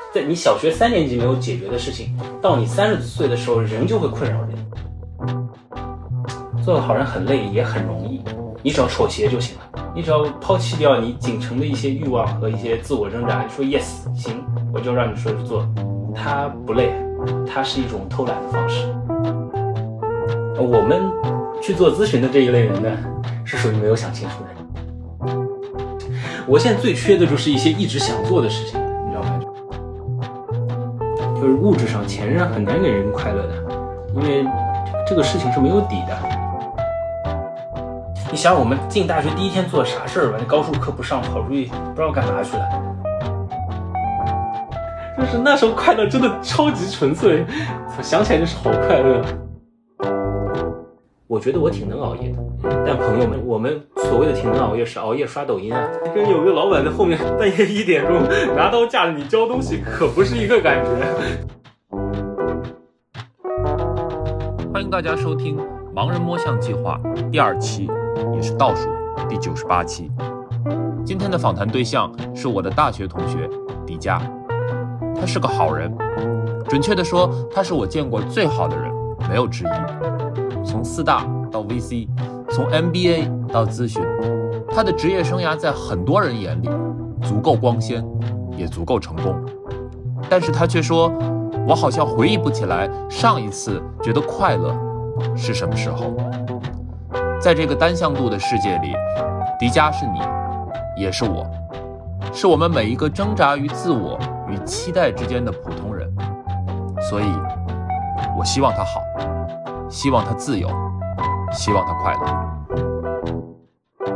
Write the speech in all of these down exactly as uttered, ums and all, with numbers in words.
在你小学三年级没有解决的事情，到你三十岁的时候仍旧会困扰着你。做个好人很累也很容易，你只要妥协就行了，你只要抛弃掉你仅存的一些欲望和一些自我挣扎，说 yes 行，我就让你说去做，它不累，它是一种偷懒的方式。我们去做咨询的这一类人呢，是属于没有想清楚的。我现在最缺的就是一些一直想做的事情，你知道吗？就是物质上钱上很难给人快乐的，因为这个事情是没有底的。你想我们进大学第一天做啥事儿吧？那高数课不上，跑出去不知道干嘛去了。就是那时候快乐真的超级纯粹，想起来就是好快乐。我觉得我挺能熬夜的，但朋友们，我们所谓的挺能熬夜是熬夜刷抖音啊，跟有个老板在后面半夜一点钟拿刀架着你交东西，可不是一个感觉。 欢迎大家收听《盲人摸象计划》第二期，也是倒数第九十八期。今天的访谈对象是我的大学同学迪迦，他是个好人，准确的说，他是我见过最好的人，没有之一。从四大到 V C， 从 M B A 到咨询，他的职业生涯在很多人眼里足够光鲜，也足够成功。但是他却说，我好像回忆不起来上一次觉得快乐是什么时候。在这个单向度的世界里，迪迦是你，也是我，是我们每一个挣扎于自我与期待之间的普通人。所以我希望他好，希望他自由，希望他快乐。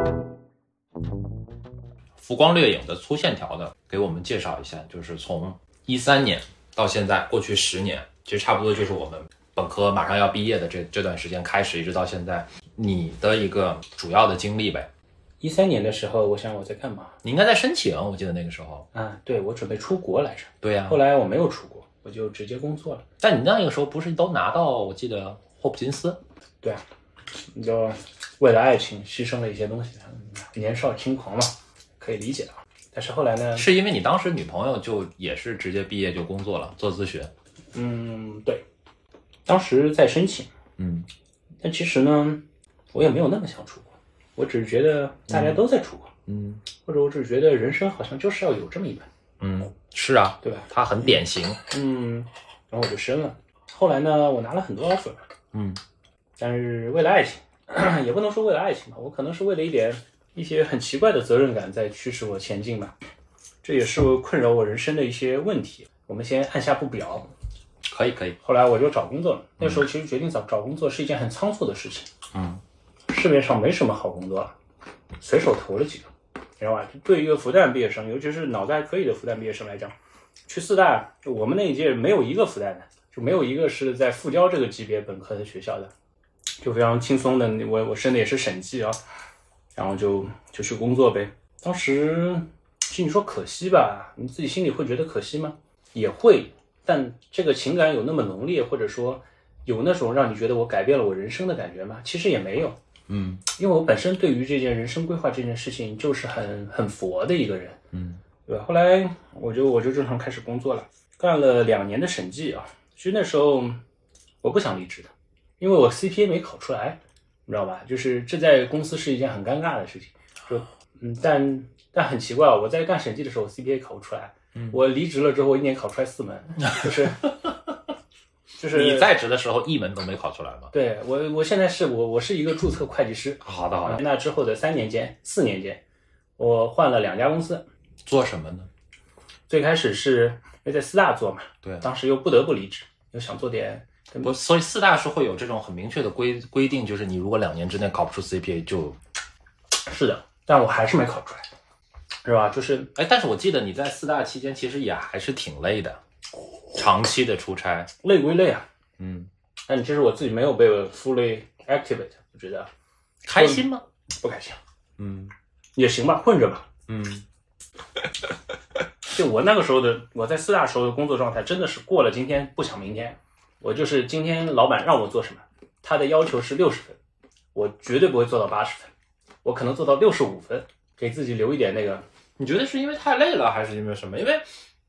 浮光掠影的粗线条的给我们介绍一下，就是从一三年到现在过去十年，其实差不多就是我们本科马上要毕业的这这段时间开始一直到现在，你的一个主要的经历呗。 一三年的时候，我想我在干嘛？ 你应该在申请，我记得那个时候。 啊，对，我准备出国来着。 对呀、啊。 后来我没有出国，我就直接工作了。 但你那个时候不是都拿到我记得霍普金斯？ 对啊，你就为了爱情牺牲了一些东西，年少轻狂嘛，可以理解的。但是后来呢？ 是因为你当时女朋友就也是直接毕业就工作了，做咨询。 嗯，对，当时在申请。 嗯， 但其实呢，我也没有那么想出国，我只是觉得大家都在出国。 嗯， 或者我只是觉得人生好像就是要有这么一本。 嗯，是啊， 对吧？ 它很典型。 嗯，然后我就申了。后来呢，我拿了很多 offer。 嗯， 但是为了爱情，也不能说为了爱情吧，我可能是为了一点一些很奇怪的责任感在驱使我前进吧。这也是困扰我人生的一些问题。我们先按下不表。 可以可以。 后来我就找工作了。那时候其实决定找找工作是一件很仓促的事情。 嗯，市面上没什么好工作，随手投了几个，你知道吧？对于一个复旦毕业生，尤其是脑子还可以的复旦毕业生来讲，去四大，就我们那一届没有一个复旦的，就没有一个是在复交这个级别本科的学校的，就非常轻松的。我我申的也是审计啊，然后就就去工作呗。当时其实你说可惜吧，你自己心里会觉得可惜吗？也会，但这个情感有那么浓烈，或者说有那种让你觉得我改变了我人生的感觉吗？其实也没有。 嗯， 因为我本身对于这件人生规划这件事情就是很很佛的一个人。 嗯， 对吧？后来我就我就正常开始工作了，干了两年的审计啊。其实那时候我不想离职的，因为我 C P A 没考出来，你知道吧？就是这在公司是一件很尴尬的事情。说嗯，但但很奇怪，我在干审计的时候 C P A 考不出来。嗯，我离职了之后，我一年考出来四门，就是就是你在职的时候一门都没考出来吗？ 对，我我现在是我我是一个注册会计师。 好的好的。 那之后的三年间、四年间，我换了两家公司。 做什么呢？ 最开始是因为在四大做嘛， 对， 当时又不得不离职，又想做点。 不，所以四大是会有这种很明确的规规定，就是你如果两年之内考不出 C P A 就。 是的，但我还是没考出来，是吧？就是哎，但是我记得你在四大期间其实也还是挺累的，长期的出差。 累归累啊， 嗯， 但其实我自己没有被 fully activate， 我觉得开心吗？ 不开心。 嗯， 也行吧，混着吧。 嗯， 就我那个时候的，我在四大时候的工作状态，真的是过了今天不想明天。我就是今天老板让我做什么，他的要求是六十分，我绝对不会做到八十分，我可能做到六十五分，给自己留一点那个。 你觉得是因为太累了，还是因为什么？因为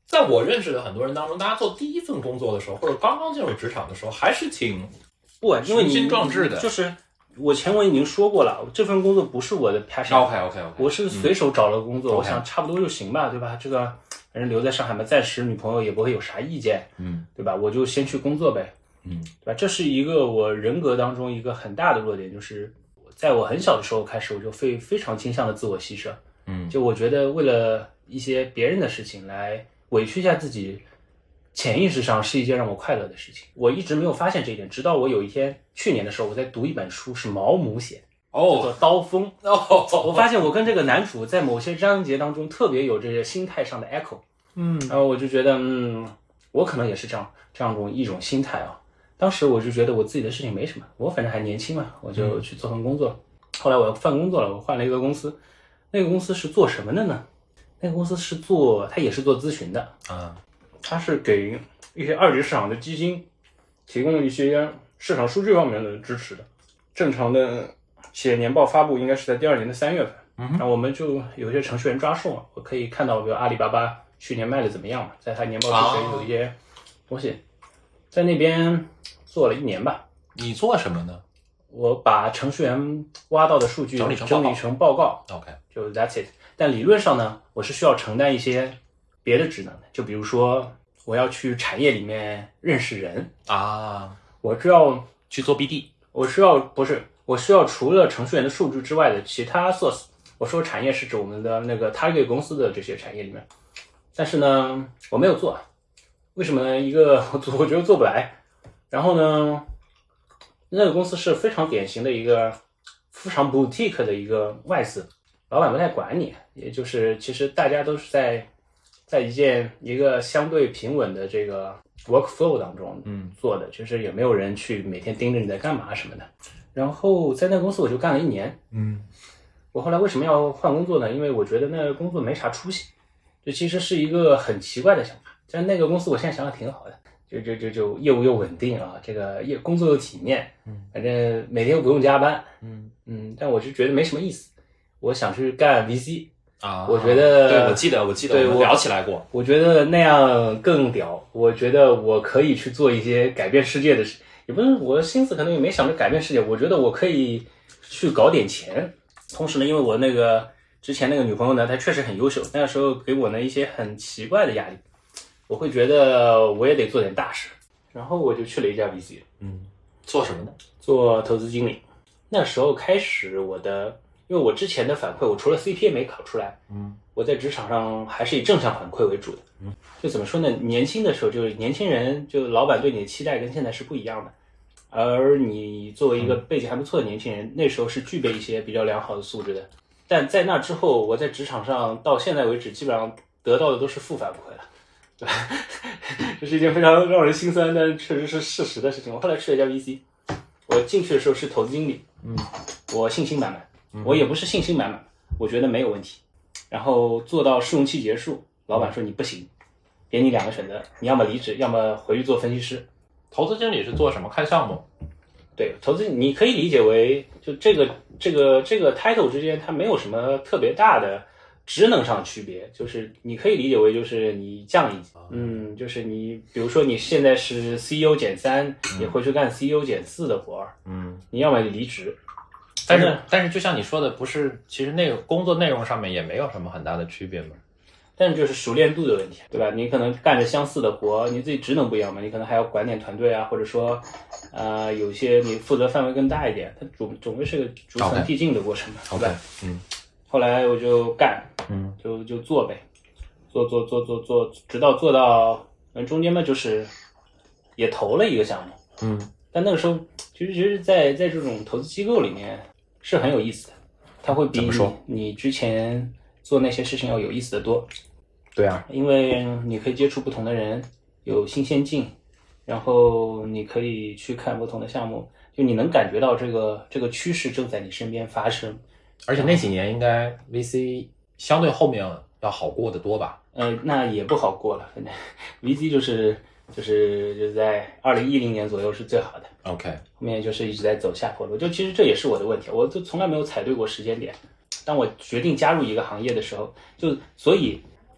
在我认识的很多人当中，大家做第一份工作的时候，或者刚刚进入职场的时候，还是挺不，因为你雄心壮志的。 就是我前文已经说过了，这份工作不是我的 passion。 OK OK OK， 我是随手找了个工作， 嗯、 我想差不多就行吧，对吧？这个反正留在上海嘛，暂时女朋友也不会有啥意见， 嗯， 对吧？我就先去工作呗， 嗯， 对吧？这是一个我人格当中一个很大的弱点，就是在我很小的时候开始，我就非非常倾向的自我牺牲， 嗯， 就我觉得为了一些别人的事情来委屈一下自己，潜意识上是一件让我快乐的事情。我一直没有发现这一点，直到我有一天去年的时候，我在读一本书，是毛姆写的。 哦， 叫做刀锋。 哦， 我发现我跟这个男主在某些章节当中特别有这些心态上的 echo。 嗯， 然后我就觉得，嗯，我可能也是这样这样种一种心态啊。当时我就觉得我自己的事情没什么，我反正还年轻嘛，我就去做份工作。嗯、后来我要换工作了，我换了一个公司，那个公司是做什么的呢？那个公司是做，它也是做咨询的啊， 它是给一些二级市场的基金提供一些市场数据方面的支持的。正常的企业年报发布应该是在第二年的三月份，嗯，然后我们就有些程序员抓数嘛，我可以看到，比如阿里巴巴去年卖的怎么样嘛，在它年报之前有一些东西，在那边做了一年吧。 你做什么呢？ 我把程序员挖到的数据整理成整理成报告 ，OK， 就 that's it。但理论上呢，我是需要承担一些别的职能的，就比如说我要去产业里面认识人啊， 我需要去做 B D， 我需要不是。我需要除了程序员的数据之外的其他 source， 我说产业是指我们的那个 target 公司的这些产业里面，但是呢我没有做，为什么呢？一个我我觉得做不来，然后呢那个公司是非常典型的一个非常 boutique 的一个外资，老板不太管你，也就是其实大家都是在在一件一个相对平稳的这个 workflow 当中做的，嗯，就是也没有人去每天盯着你在干嘛什么的。然后在那个公司我就干了一年， 嗯， 我后来为什么要换工作呢？因为我觉得那个工作没啥出息，这其实是一个很奇怪的想法。在那个公司我现在想想挺好的，就就就就业务又稳定啊，这个业工作又体面，嗯，反正每天又不用加班，嗯嗯，但我就觉得没什么意思，我想去干 V C 啊， 我觉得对，我记得我记得我们聊起来过， 我觉得那样更屌，我觉得我可以去做一些改变世界的事。也不是我心思可能也没想着改变世界，我觉得我可以去搞点钱。同时呢，因为我那个之前那个女朋友呢，她确实很优秀，那个时候给我呢一些很奇怪的压力，我会觉得我也得做点大事，然后我就去了一家 V C。 嗯，做什么呢？ 做投资经理。那时候开始我的，因为我之前的反馈，我除了 C P A 没考出来，嗯，我在职场上还是以正向反馈为主的。嗯，就怎么说呢？年轻的时候，就是年轻人，就老板对你的期待跟现在是不一样的。而你作为一个背景还不错的年轻人，那时候是具备一些比较良好的素质的。但在那之后，我在职场上到现在为止，基本上得到的都是负反馈了，对吧？这是一件非常让人心酸，但确实是事实的事情。我后来去了一家 V C， 我进去的时候是投资经理，嗯，我信心满满，嗯，我也不是信心满满，我觉得没有问题。然后做到试用期结束，老板说你不行，给你两个选择，你要么离职，要么回去做分析师。 投资经理是做什么？看项目？ 对，投资你可以理解为就这个这个这个 title 之间它没有什么特别大的职能上的区别，就是你可以理解为就是你降一级，嗯，就是你比如说你现在是 C E O 减三，你回去干 C E O 减四的活儿，嗯，你要么离职。 但是但是就像你说的，不是，其实那个工作内容上面也没有什么很大的区别嘛。 但是就是熟练度的问题，对吧？你可能干着相似的活，你自己职能不一样嘛，你可能还要管点团队啊，或者说，呃，有些你负责范围更大一点，它总总归是个逐层递进的过程嘛， okay. 对吧？ Okay. 嗯。 后来我就干，嗯，就就做呗，做做做做做，直到做到，嗯，中间嘛就是也投了一个项目，嗯，但那个时候其实其实在在这种投资机构里面是很有意思的，它会比你之前做那些事情要有意思的多。 对啊， 因为你可以接触不同的人，有新鲜劲，然后你可以去看不同的项目，就你能感觉到这个这个趋势正在你身边发生。 而且那几年应该 V C 相对后面要好过得多吧？ 呃，那也不好过了，反正 V C 就是就是就是在二零一零年左右是最好的。 OK， 后面就是一直在走下坡路，就其实这也是我的问题，我就从来没有踩对过时间点。当我决定加入一个行业的时候，就所以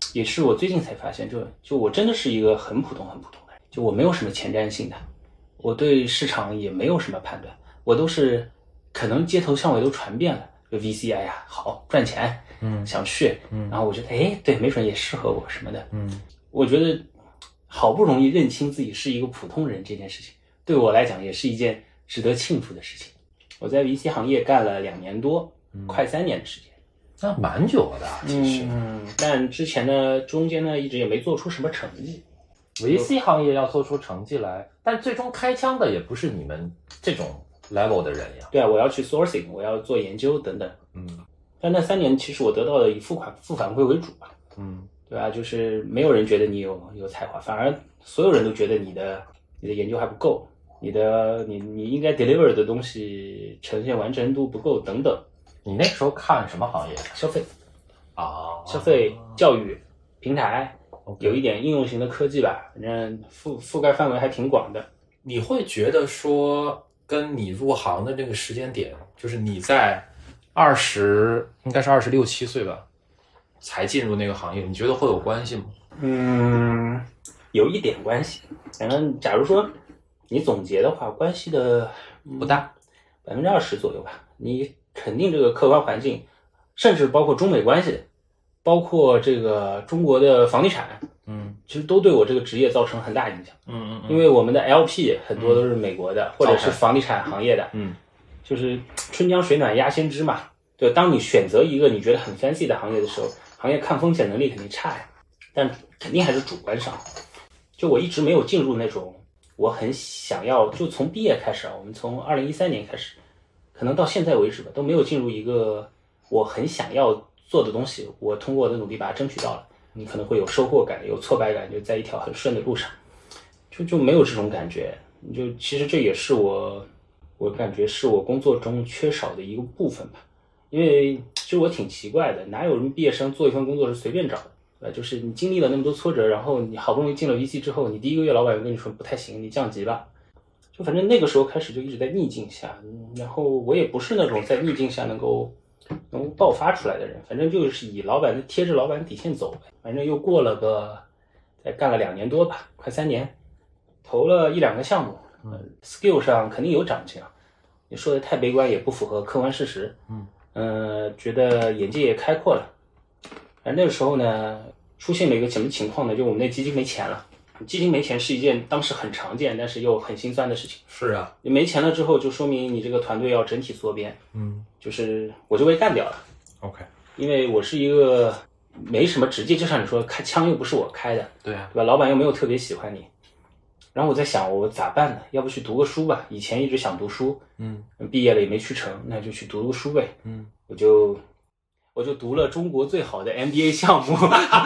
也是我最近才发现，就就我真的是一个很普通很普通的人，就我没有什么前瞻性的，我对市场也没有什么判断，我都是可能街头巷尾都传遍了，就 V C 哎呀好赚钱，嗯，想去，嗯，然后我觉得哎对，没准也适合我什么的，嗯，我觉得好不容易认清自己是一个普通人这件事情，对我来讲也是一件值得庆祝的事情。我在 V C 行业干了两年多，嗯、快三年的时间。 那蛮久了的，其实， 嗯，但之前呢，中间呢一直也没做出什么成绩。 V C 行业要做出成绩来，但最终开枪的也不是你们这种 level 的人呀。 对啊，我要去 sourcing， 我要做研究等等。嗯，但那三年其实我得到的以付款付反馈为主吧。嗯，对吧？就是没有人觉得你有有才华，反而所有人都觉得你的你的研究还不够，你的你你应该 deliver 的东西呈现完成度不够等等。 你那个时候看什么行业？ 消费啊， 消费、教育、平台， okay. 有一点应用型的科技吧，反正覆覆盖范围还挺广的。 你会觉得说，跟你入行的这个时间点，就是你在二十，应该是二十六七岁吧，才进入那个行业，你觉得会有关系吗？ 嗯，有一点关系。反正假如说你总结的话，关系的不大，百分之二十左右吧。你肯定这个客观环境，甚至包括中美关系，包括这个中国的房地产，嗯，其实都对我这个职业造成很大影响。嗯嗯嗯，因为我们的 L P 很多都是美国的，嗯、或者是房地产行业的，嗯，就是春江水暖鸭先知嘛。对，当你选择一个你觉得很 fancy 的行业的时候，行业抗风险能力肯定差呀，但肯定还是主观上。就我一直没有进入那种我很想要，就从毕业开始啊，我们从二零一三年开始。可能到现在为止吧，都没有进入一个我很想要做的东西，我通过我的努力把它争取到了，你可能会有收获感，有挫败感，就在一条很顺的路上，就就没有这种感觉。就其实这也是我，我感觉是我工作中缺少的一个部分吧。因为其实我挺奇怪的，哪有人毕业生做一份工作是随便找的，对吧？就是你经历了那么多挫折，然后你好不容易进了 V C 之后，你第一个月老板跟你说不太行，你降级吧。就反正那个时候开始就一直在逆境下，然后我也不是那种在逆境下能够能够爆发出来的人，反正就是以老板的贴着老板底线走呗。反正又过了个，再干了两年多吧，快三年，投了一两个项目，嗯 ，skill 上肯定有长进啊。你说的太悲观也不符合客观事实，嗯，呃，觉得眼界也开阔了。反正那个时候呢，出现了一个什么情况呢？就我们那基金没钱了。基金没钱是一件当时很常见但是又很心酸的事情。 是啊， 你没钱了之后就说明你这个团队要整体缩编，嗯，就是我就被干掉了。 OK， 因为我是一个没什么直接，就像你说开枪又不是我开的， 对啊， 对吧？老板又没有特别喜欢你，然后我在想我咋办呢？要不去读个书吧，以前一直想读书，嗯，毕业了也没去成，那就去读个书呗，嗯，我就我就读了中国最好的 M B A 项目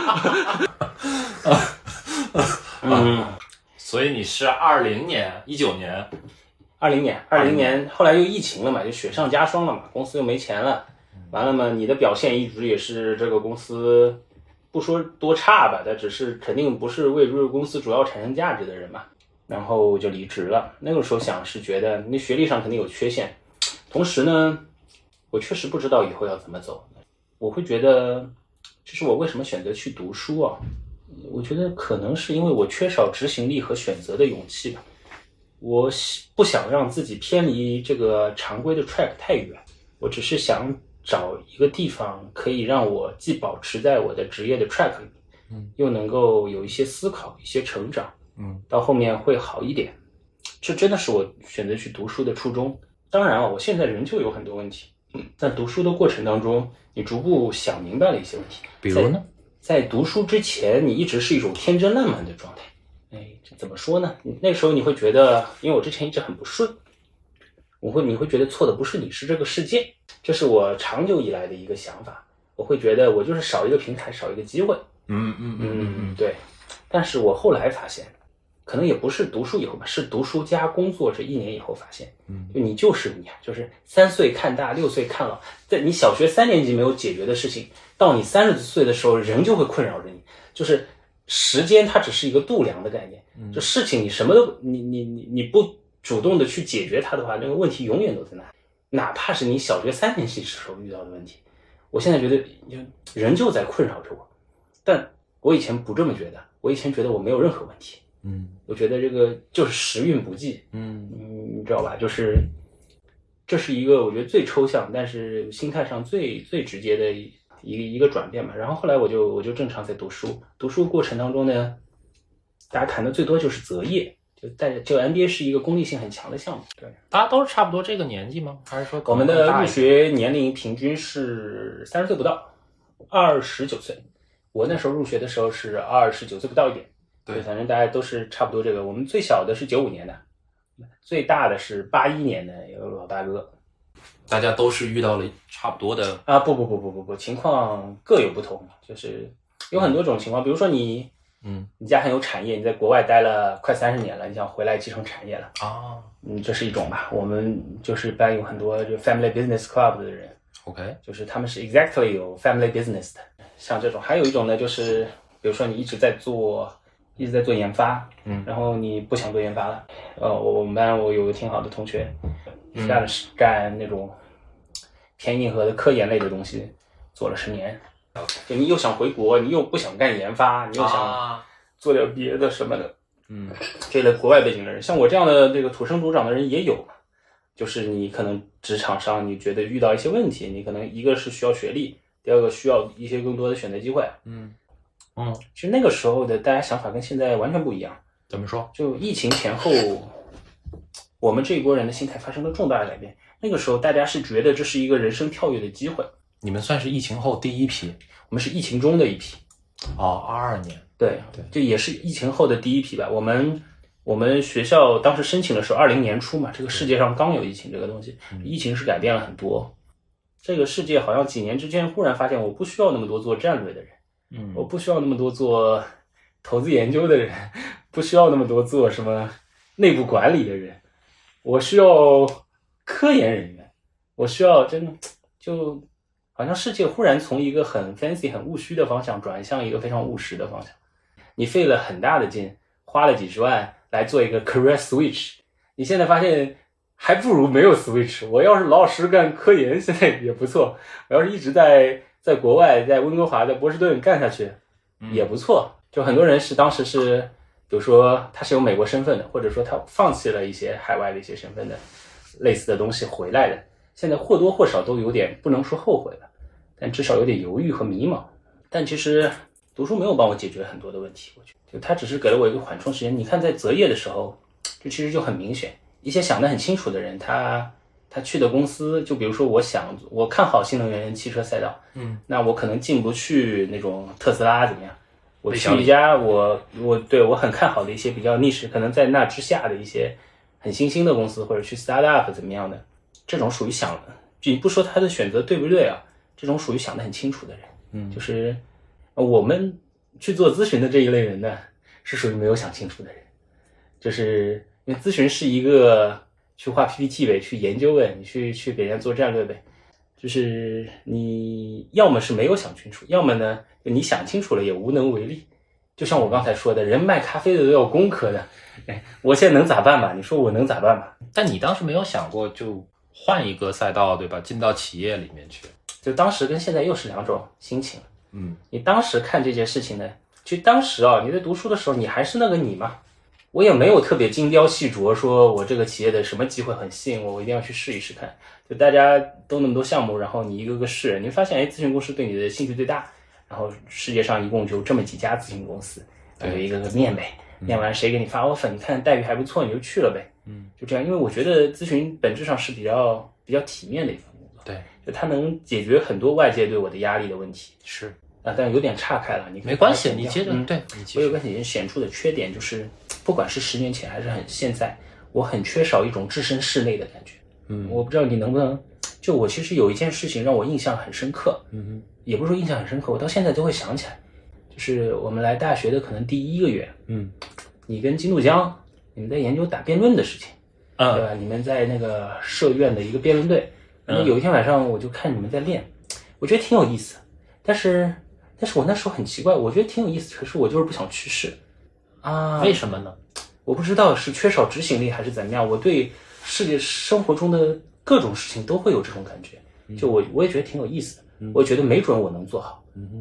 嗯，所以你是二零年、一九年、 二零年、二零年，后来又疫情了嘛，就雪上加霜了嘛，公司又没钱了，完了嘛，你的表现一直也是这个公司不说多差吧，但只是肯定不是为这个公司主要产生价值的人嘛，然后我就离职了。那个时候想是觉得你学历上肯定有缺陷，同时呢，我确实不知道以后要怎么走。我会觉得，就是我为什么选择去读书啊？我觉得可能是因为我缺少执行力和选择的勇气吧。我不想让自己偏离这个常规的 track 太远，我只是想找一个地方可以让我既保持在我的职业的 track 里，嗯，又能够有一些思考、一些成长，嗯，到后面会好一点。这真的是我选择去读书的初衷。当然啊，我现在仍旧有很多问题，嗯，但读书的过程当中，你逐步想明白了一些问题。 比如呢？ 在读书之前，你一直是一种天真烂漫的状态。哎，这怎么说呢？那时候你会觉得，因为我之前一直很不顺，我会你会觉得错的不是你，是这个世界。这是我长久以来的一个想法。我会觉得我就是少一个平台，少一个机会。 嗯嗯嗯嗯， 对。但是我后来发现，可能也不是读书以后吧，是读书加工作这一年以后发现，嗯，就你就是你啊，就是三岁看大，六岁看老，在你小学三年级没有解决的事情，到你三十岁的时候，仍旧会困扰着你。就是时间它只是一个度量的概念，就事情你什么都你你你你不主动的去解决它的话，那个问题永远都在那里，哪怕是你小学三年级时候遇到的问题，我现在觉得就仍旧在困扰着我。但我以前不这么觉得，我以前觉得我没有任何问题。 嗯， 我觉得这个就是时运不济。 嗯嗯，你知道吧？就是这是一个我觉得最抽象，但是心态上最最直接的一一个一个转变嘛。然后后来我就我就正常在读书，读书过程当中呢，大家谈的最多就是择业。就带就 M B A 是一个功利性很强的项目，对， 大家都是差不多这个年纪吗？还是说我们的入学年龄平均是三十岁不到，二十九岁。我那时候入学的时候是二十九岁不到一点， 对， 反正大家都是差不多这个。我们最小的是九五年的，最大的是八一年的，有老大哥。 大家都是遇到了差不多的啊，不不不不不不，情况各有不同，就是有很多种情况，比如说你。 嗯， 你家很有产业，你在国外待了快三十年了，你想回来继承产业了啊？ 嗯，这是一种吧。我们就是班有很多就 family business club 的人 ，OK， 就是他们是 exactly 有 family business 的，像这种。还有一种呢，就是比如说你一直在做，一直在做研发， 嗯， 然后你不想做研发了。呃，我们班我有个挺好的同学，干了干那种偏硬核的科研类的东西，做了十年。就你又想回国，你又不想干研发，你又想做点别的什么的， 嗯， 这类国外背景的人，像我这样的这个土生土长的人也有，就是你可能职场上你觉得遇到一些问题，你可能一个是需要学历，第二个需要一些更多的选择机会， 嗯嗯， 其实那个时候的大家想法跟现在完全不一样。 怎么说？ 就疫情前后，我们这一波人的心态发生了重大的改变。那个时候大家是觉得这是一个人生跳跃的机会。 你们算是疫情后第一批， 我们是疫情中的一批。 哦，二二年， 对对，这也是疫情后的第一批吧。我们我们学校当时申请的时候，二零年初嘛，这个世界上刚有疫情这个东西， 嗯、 疫情是改变了很多。这个世界好像几年之间忽然发现，我不需要那么多做战略的人， 嗯， 我不需要那么多做投资研究的人，不需要那么多做什么内部管理的人，我需要科研人员，我需要真的就。好像世界忽然从一个很 fancy 很务虚的方向转向一个非常务实的方向，你费了很大的劲，花了几十万来做一个 career switch， 你现在发现还不如没有 switch。 我要是老老实实干科研现在也不错，我要是一直在在国外在温哥华在波士顿干下去也不错。就很多人是当时是比如说他是有美国身份的，或者说他放弃了一些海外的一些身份的类似的东西回来的，现在或多或少都有点不能说后悔了，但至少有点犹豫和迷茫。但其实读书没有帮我解决很多的问题，我觉得就它只是给了我一个缓冲时间。你看在择业的时候，这其实就很明显，一些想得很清楚的人，他他去的公司，就比如说我想我看好新能源汽车赛道， 嗯， 那我可能进不去那种特斯拉怎么样，我去一家我我对我很看好的一些比较 niche， 可能在那之下的一些很新兴的公司，或者去 startup 怎么样的，这种属于想的，你不说他的选择对不对啊，这种属于想得很清楚的人， 嗯， 就是我们去做咨询的这一类人呢，是属于没有想清楚的人，就是因为咨询是一个去画 P P T 呗，去研究呗，你去去给人家做战略呗，就是你要么是没有想清楚，要么呢你想清楚了也无能为力。就像我刚才说的，人卖咖啡的都要工科的，哎，我现在能咋办吧？你说我能咋办吧？ 但你当时没有想过就换一个赛道，对吧？进到企业里面去。 就当时跟现在又是两种心情。 嗯， 你当时看这件事情呢，就当时啊，你在读书的时候，你还是那个你嘛。我也没有特别精雕细琢，说我这个企业的什么机会很吸引我，我一定要去试一试看。就大家都那么多项目，然后你一个个试，你会发现，哎，咨询公司对你的兴趣最大。然后世界上一共就这么几家咨询公司，有一个个面呗，面完谁给你发 offer， 你看待遇还不错，你就去了呗。 嗯， 就这样，因为我觉得咨询本质上是比较比较体面的一份工作。 对， 就它能解决很多外界对我的压力的问题。 是啊，但有点岔开了，你没关系，你接着、嗯、对。 我有个很显著的缺点，就是不管是十年前还是很现在，我很缺少一种置身事内的感觉。 嗯， 我不知道你能不能，就我其实有一件事情让我印象很深刻。 嗯哼， 也不是说印象很深刻，我到现在都会想起来。就是我们来大学的可能第一个月， 嗯， 你跟金度江你们在研究打辩论的事情， 嗯， 对吧？你们在那个社院的一个辩论队，然后有一天晚上我就看你们在练，我觉得挺有意思，但是但是我那时候很奇怪，我觉得挺有意思，可是我就是不想去试啊。 为什么呢？ 我不知道是缺少执行力还是怎么样，我对世界生活中的各种事情都会有这种感觉，就我我也觉得挺有意思的，我觉得没准我能做好。 嗯哼，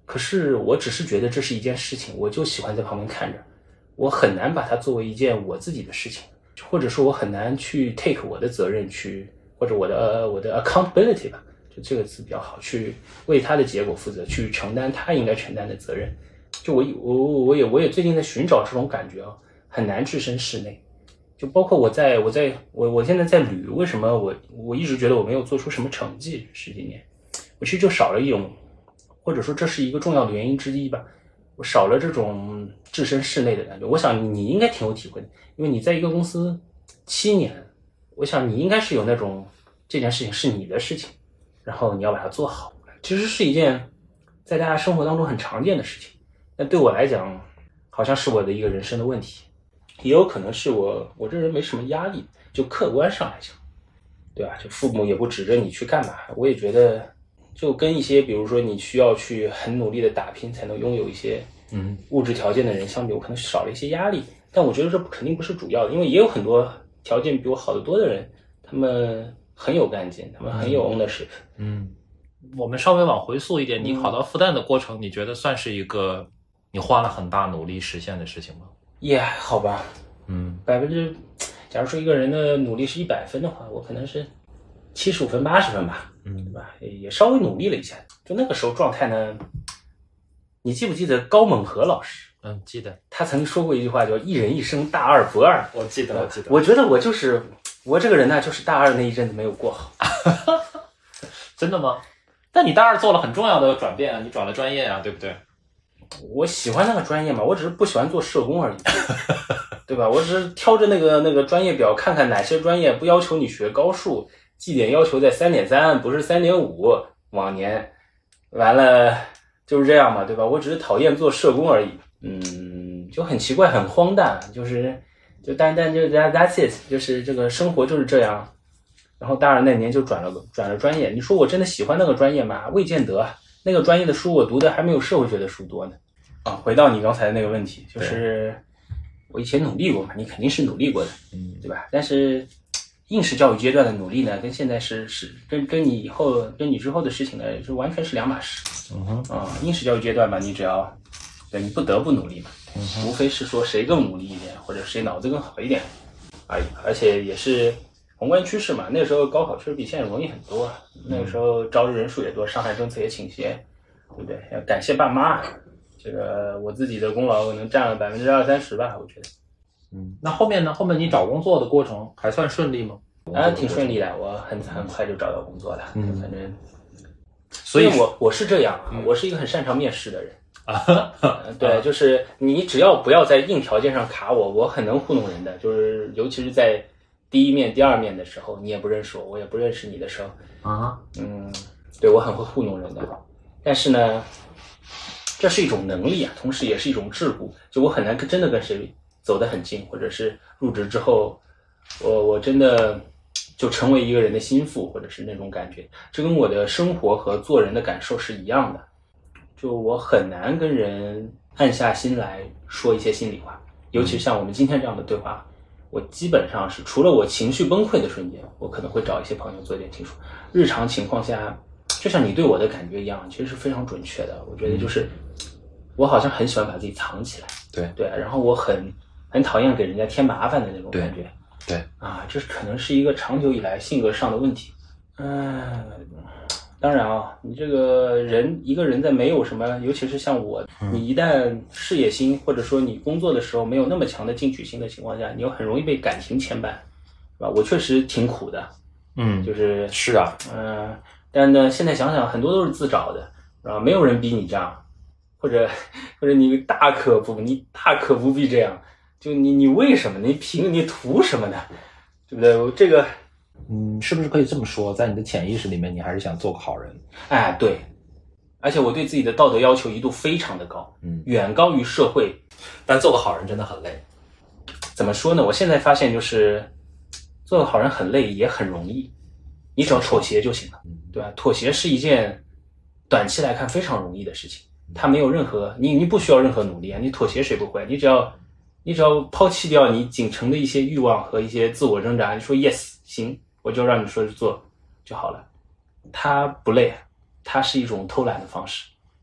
可是我只是觉得这是一件事情，我就喜欢在旁边看着，我很难把它作为一件我自己的事情，或者说我很难去 take 我的责任去，或者我的、呃、我的 accountability 吧，就这个词比较好，去为他的结果负责，去承担他应该承担的责任。就我我我也我也最近在寻找这种感觉啊，很难置身事内。就包括我在我在我我现在在旅，为什么我我一直觉得我没有做出什么成绩十几年，我其实就少了一种，或者说这是一个重要的原因之一吧，我少了这种置身事内的感觉。我想你应该挺有体会的，因为你在一个公司七年，我想你应该是有那种这件事情是你的事情，然后你要把它做好，其实是一件在大家生活当中很常见的事情。但对我来讲，好像是我的一个人生的问题，也有可能是我我这人没什么压力，就客观上来讲，对吧？就父母也不指着你去干嘛，我也觉得就跟一些比如说你需要去很努力的打拼才能拥有一些嗯物质条件的人相比，我可能少了一些压力。但我觉得这肯定不是主要的，因为也有很多条件比我好得多的人，他们很有干劲，他们很有 ownership。 嗯，我们稍微往回溯一点，你考到复旦的过程，你觉得算是一个你花了很大努力实现的事情吗？ 也、yeah, 好吧， 嗯， 百分之，假如说一个人的努力是一百分的话，我可能是七十五分、八十分吧，嗯，对吧？也稍微努力了一下。就那个时候状态呢，你记不记得高猛和老师？ 嗯，记得。 他曾经说过一句话，叫“一人一生，大二不二”。 我记得，我记得。 我觉得我就是我这个人呢，就是大二那一阵子没有过好。 真的吗？但你大二做了很重要的转变啊，你转了专业啊，对不对？ 我喜欢那个专业嘛，我只是不喜欢做社工而已，对吧？我只是挑着那个那个专业表看看哪些专业不要求你学高数，绩点要求在 三点三 不是 三点五 往年，完了就是这样嘛，对吧？我只是讨厌做社工而已。嗯，就很奇怪很荒诞，就是就单单就 that's it， 就是这个生活就是这样。然后大二那年就转了转了专业，你说我真的喜欢那个专业吗？未见得，那个专业的书我读的还没有社会学的书多呢。啊，回到你刚才的那个问题，就是我以前努力过嘛，你肯定是努力过的，嗯，对吧？但是应试教育阶段的努力呢，跟现在是是跟跟你以后跟你之后的事情呢，是完全是两码事。嗯哼，啊，应试教育阶段吧，你只要对你不得不努力嘛，嗯、无非是说谁更努力一点，或者谁脑子更好一点而已，而且也是宏观趋势嘛。那个时候高考确实比现在容易很多，那个时候招的人数也多，上海政策也倾斜，对不对？要感谢爸妈。这个我自己的功劳可能占了百分之二三十吧，我觉得。 嗯，那后面呢？后面你找工作的过程还算顺利吗？ 啊，挺顺利的，我很很快就找到工作了。嗯，反正， 所以我我是这样啊、嗯，我是一个很擅长面试的人啊、呃。对，就是你只要不要在硬条件上卡我，我很能糊弄人的。就是尤其是在第一面、第二面的时候，你也不认识我，我也不认识你的时候啊，嗯，对我很会糊弄人的。但是呢。这是一种能力啊，同时也是一种桎梏。就我很难跟真的跟谁走得很近，或者是入职之后，我我真的就成为一个人的心腹，或者是那种感觉。这跟我的生活和做人的感受是一样的。就我很难跟人暗下心来说一些心里话，尤其像我们今天这样的对话，我基本上是除了我情绪崩溃的瞬间，我可能会找一些朋友做点倾诉。日常情况下，就像你对我的感觉一样，其实是非常准确的。我觉得就是我好像很喜欢把自己藏起来， 对对，然后我很很讨厌给人家添麻烦的那种感觉， 对, 对啊，这可能是一个长久以来性格上的问题。嗯，当然啊，你这个人一个人在没有什么，尤其是像我，你一旦事业心或者说你工作的时候没有那么强的进取心的情况下，你又很容易被感情牵绊，是吧？我确实挺苦的， 嗯， 就是是啊， 嗯、呃，但呢，现在想想很多都是自找的，啊，没有人逼你这样。或者或者你大可不你大可不必这样，就你你为什么你凭你图什么呢？对不对？这个嗯，是不是可以这么说，在你的潜意识里面你还是想做个好人？ 哎，对，而且我对自己的道德要求一度非常的高，嗯，远高于社会。 但做个好人真的很累。 怎么说呢？我现在发现就是做个好人很累也很容易，你只要妥协就行了，对吧？妥协是一件短期来看非常容易的事情。他没有任何你你不需要任何努力啊，你妥协谁不会？你只要你只要抛弃掉你仅存的一些欲望和一些自我挣扎，你说 yes 行，我就让你说做就好了。他不累，他是一种偷懒的方式，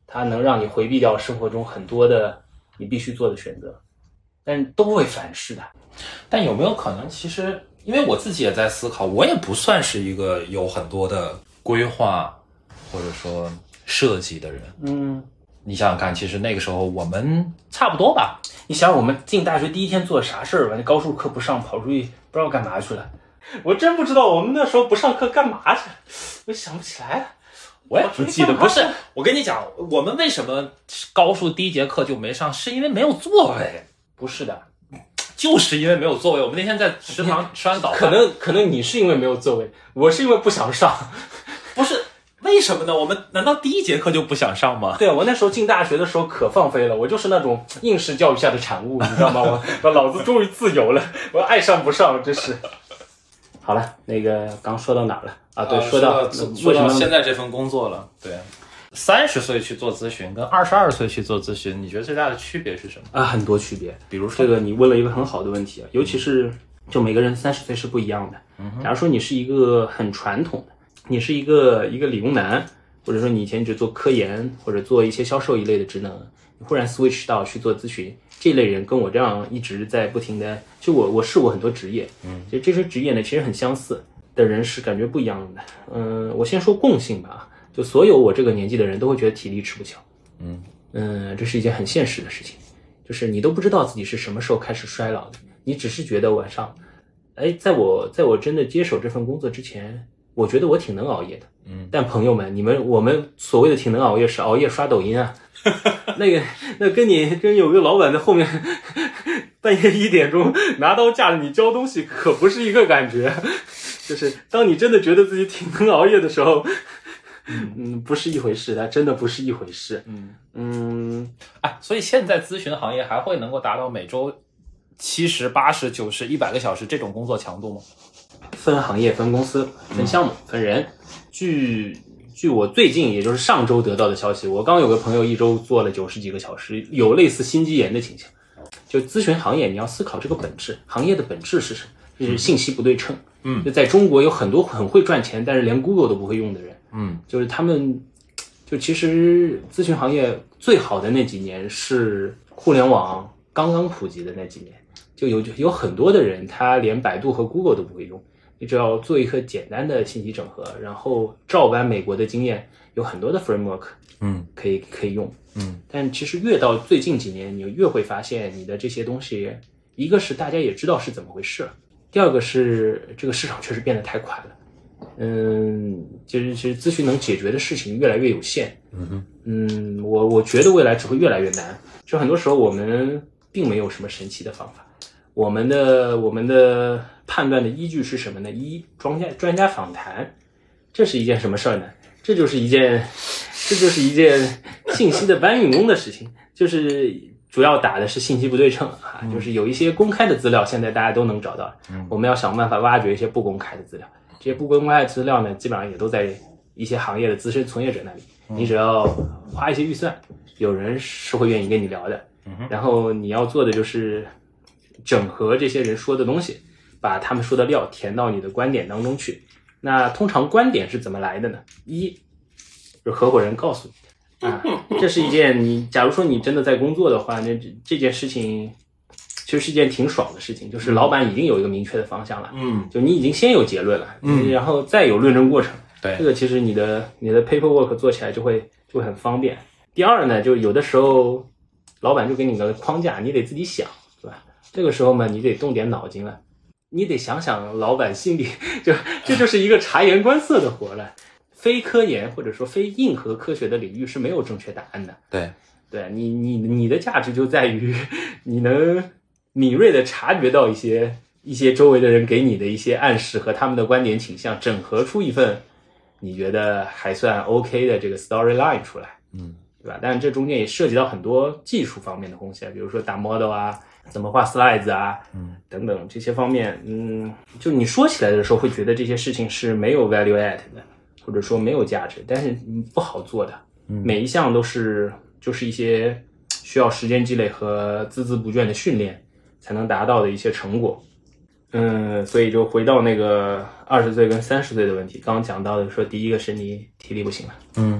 它能让你回避掉生活中很多的你必须做的选择，但都会反噬的。 但有没有可能，其实因为我自己也在思考，我也不算是一个有很多的规划或者说设计的人。 嗯， 你想想看，其实那个时候我们差不多吧。 你想我们进大学第一天做啥事儿吧？那高数课不上，跑出去不知道干嘛去了。我真不知道我们那时候不上课干嘛去了，我想不起来了。 我也不记得。不是，我跟你讲，我们为什么高数第一节课就没上，是因为没有座位。 不是的， 就是因为没有座位。我们那天在食堂吃完早饭， 可能可能你是因为没有座位，我是因为不想上。 不是。为什么呢？我们难道第一节课就不想上吗？ 对啊，我那时候进大学的时候可放飞了，我就是那种应试教育下的产物，你知道吗？我我老子终于自由了，我爱上不上，真是。好了，那个刚说到哪了啊？对， 呃、 说到说到现在这份工作了。对，三十岁去做咨询跟二十二岁去做咨询，你觉得最大的区别是什么？ 啊，很多区别。 比如说， 这个你问了一个很好的问题啊，尤其是就每个人三十岁是不一样的。 嗯， 假如说你是一个很传统的。你是一个一个理工男，或者说你以前只做科研或者做一些销售一类的职能，你忽然 switch 到去做咨询，这类人跟我这样一直在不停的，就我我试过很多职业，嗯，就这些职业呢其实很相似的人是感觉不一样的。嗯，我先说共性吧，就所有我这个年纪的人都会觉得体力吃不消， 嗯嗯，这是一件很现实的事情，就是你都不知道自己是什么时候开始衰老的，你只是觉得晚上，哎，在我在我真的接手这份工作之前。我觉得我挺能熬夜的， 嗯， 但朋友们，你们我们所谓的挺能熬夜是熬夜刷抖音啊，那个那跟你跟有个老板在后面半夜一点钟拿刀架着你教东西，可不是一个感觉。就是当你真的觉得自己挺能熬夜的时候，嗯，不是一回事，它真的不是一回事。 嗯嗯， 哎，所以现在咨询行业还会能够达到每周七十、八十、九十、一百个小时这种工作强度吗？ 分行业、分公司、分项目、分人。据据我最近也就是上周得到的消息，我刚有个朋友一周做了九十几个小时，有类似心肌炎的倾向。就咨询行业，你要思考这个本质，行业的本质是什么？就是信息不对称。 嗯， 就在中国有很多很会赚钱，但是连 Google 都不会用的人。 嗯， 就是他们，就其实咨询行业最好的那几年是互联网刚刚普及的那几年，就有有很多的人他连百度和 Google 都不会用。你只要做一个简单的信息整合，然后照搬美国的经验，有很多的 framework， 嗯， 可以可以用， 嗯。 但其实越到最近几年，你越会发现你的这些东西，一个是大家也知道是怎么回事，第二个是这个市场确实变得太快了，嗯，就是其实咨询能解决的事情越来越有限， 嗯哼， 嗯，我我觉得未来只会越来越难，就很多时候我们并没有什么神奇的方法。我们的我们的判断的依据是什么呢？一，专家专家访谈，这是一件什么事儿呢？这就是一件，这就是一件信息的搬运工的事情，就是主要打的是信息不对称啊，就是有一些公开的资料，现在大家都能找到，我们要想办法挖掘一些不公开的资料，这些不公开的资料呢，基本上也都在一些行业的资深从业者那里，你只要花一些预算，有人是会愿意跟你聊的，然后你要做的就是整合这些人说的东西，把他们说的料填到你的观点当中去。那通常观点是怎么来的呢？一，就是合伙人告诉你的啊，这是一件你假如说你真的在工作的话，那这这件事情其实是一件挺爽的事情，就是老板已经有一个明确的方向了， 嗯， 就你已经先有结论了， 嗯， 然后再有论证过程， 对， 这个其实你的你的 paperwork 做起来就会就会很方便。第二呢，就有的时候老板就给你个框架，你得自己想，对吧？这个时候嘛，你得动点脑筋了，你得想想老板心里，就这就是一个察言观色的活了。非科研或者说非硬核科学的领域是没有正确答案的。 对， 对你你你的价值就在于你能敏锐的察觉到一些一些周围的人给你的一些暗示和他们的观点倾向，整合出一份你觉得还算 OK 的这个 storyline 出来， 嗯， 对吧？但是这中间也涉及到很多技术方面的东西，比如说打 model 啊，怎么画 slides 啊， 嗯，等等这些方面，嗯，就你说起来的时候会觉得这些事情是没有 value add 的，或者说没有价值，但是不好做的， 嗯， 每一项都是就是一些需要时间积累和孜孜不倦的训练才能达到的一些成果。嗯，所以就回到那个二十岁跟三十岁的问题，刚刚讲到的说，第一个是你体力不行了， 嗯，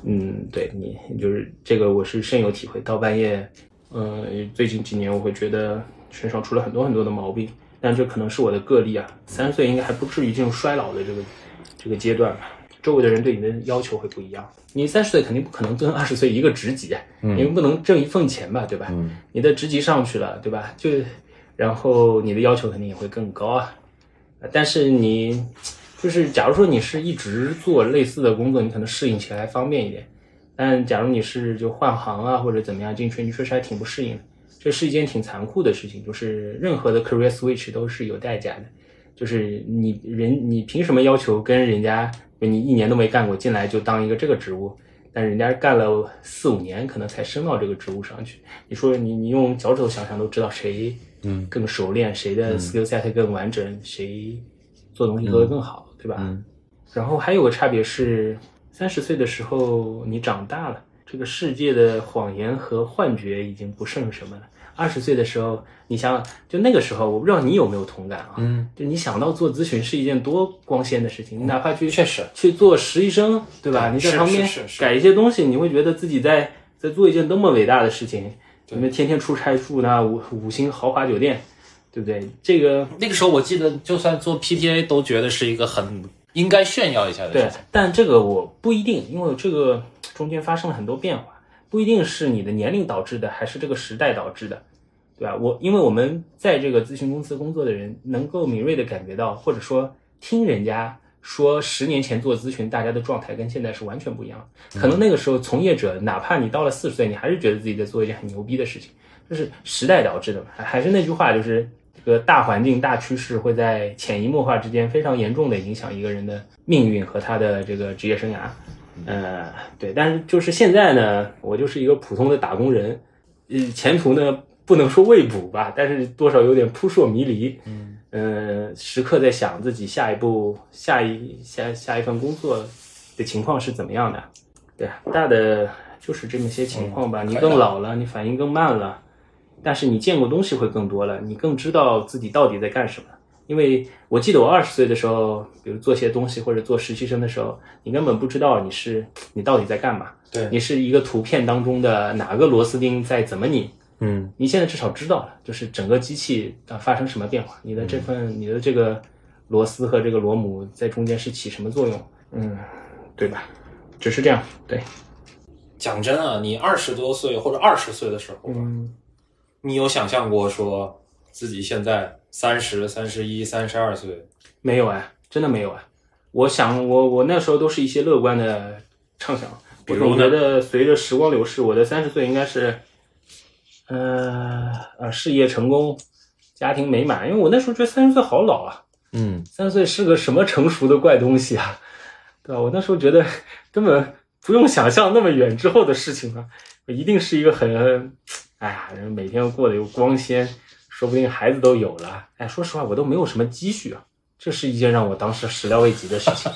嗯，对你就是这个，我是深有体会。到半夜，呃，最近几年我会觉得身上出了很多很多的毛病，但这可能是我的个例啊。三十岁应该还不至于进入衰老的这个这个阶段吧。周围的人对你的要求会不一样。你三十岁肯定不可能跟二十岁一个职级啊，嗯、你不能挣一份钱吧，对吧？嗯、你的职级上去了，对吧？就然后你的要求肯定也会更高啊。但是你就是假如说你是一直做类似的工作，你可能适应起来方便一点。但假如你是就换行啊或者怎么样进去，你确实还挺不适应的。这是一件挺残酷的事情，就是任何的 career switch 都是有代价的。就是你人你凭什么要求跟人家你一年都没干过进来就当一个这个职务，但人家干了四五年可能才升到这个职务上去。你说你你用脚趾头想想都知道谁嗯更熟练，谁的 skill set 更完整，嗯、谁做东西做得更好，嗯、对吧？嗯。然后还有个差别是，三十岁的时候你长大了，这个世界的谎言和幻觉已经不剩什么了。二十岁的时候，你想就那个时候，我不知道你有没有同感啊？嗯，就你想到做咨询是一件多光鲜的事情，你哪怕去确实去做实习生，对吧？你在旁边改一些东西，你会觉得自己在在做一件多么伟大的事情。你们天天出差住那五五星豪华酒店，对不对？这个那个时候我记得，就算做 P T A 都觉得是一个很应该炫耀一下的事情。 对，但这个我不一定，因为这个中间发生了很多变化。不一定是你的年龄导致的，还是这个时代导致的，对吧？我因为我们在这个咨询公司工作的人，能够敏锐的感觉到，或者说听人家说，十年前做咨询，大家的状态跟现在是完全不一样。可能那个时候从业者，哪怕你到了四十岁，你还是觉得自己在做一件很牛逼的事情，这是时代导致的。还是那句话，就是这个大环境、大趋势会在潜移默化之间非常严重的影响一个人的命运和他的这个职业生涯。呃，对，但是就是现在呢，我就是一个普通的打工人，呃，前途呢不能说未卜吧，但是多少有点扑朔迷离，嗯，呃，时刻在想自己下一步、下一下下一份工作的情况是怎么样的，对，大的就是这么些情况吧。嗯、你更老了，你反应更慢了，但是你见过东西会更多了，你更知道自己到底在干什么。因为我记得我二十岁的时候，比如做些东西或者做实习生的时候，你根本不知道你是你到底在干嘛。 对， 你是一个图片当中的哪个螺丝钉在怎么拧。 嗯， 你现在至少知道了，就是整个机器啊发生什么变化，你的这份、嗯、你的这个螺丝和这个螺母在中间是起什么作用。嗯，对吧？只是这样。对。 讲真啊，你二十多岁或者二十岁的时候，嗯，你有想象过说自己现在三十、三十一、三十二岁？ 没有啊，真的没有啊。我想，我我那时候都是一些乐观的畅想。我总觉得随着时光流逝，我的三十岁应该是，呃呃，事业成功，家庭美满。因为我那时候觉得三十岁好老啊。 嗯， 三十岁是个什么成熟的怪东西啊，对吧？我那时候觉得根本不用想象那么远之后的事情啊，一定是一个很，哎呀，人每天过得又光鲜。说不定孩子都有了，哎，说实话，我都没有什么积蓄啊，这是一件让我当时始料未及的事情。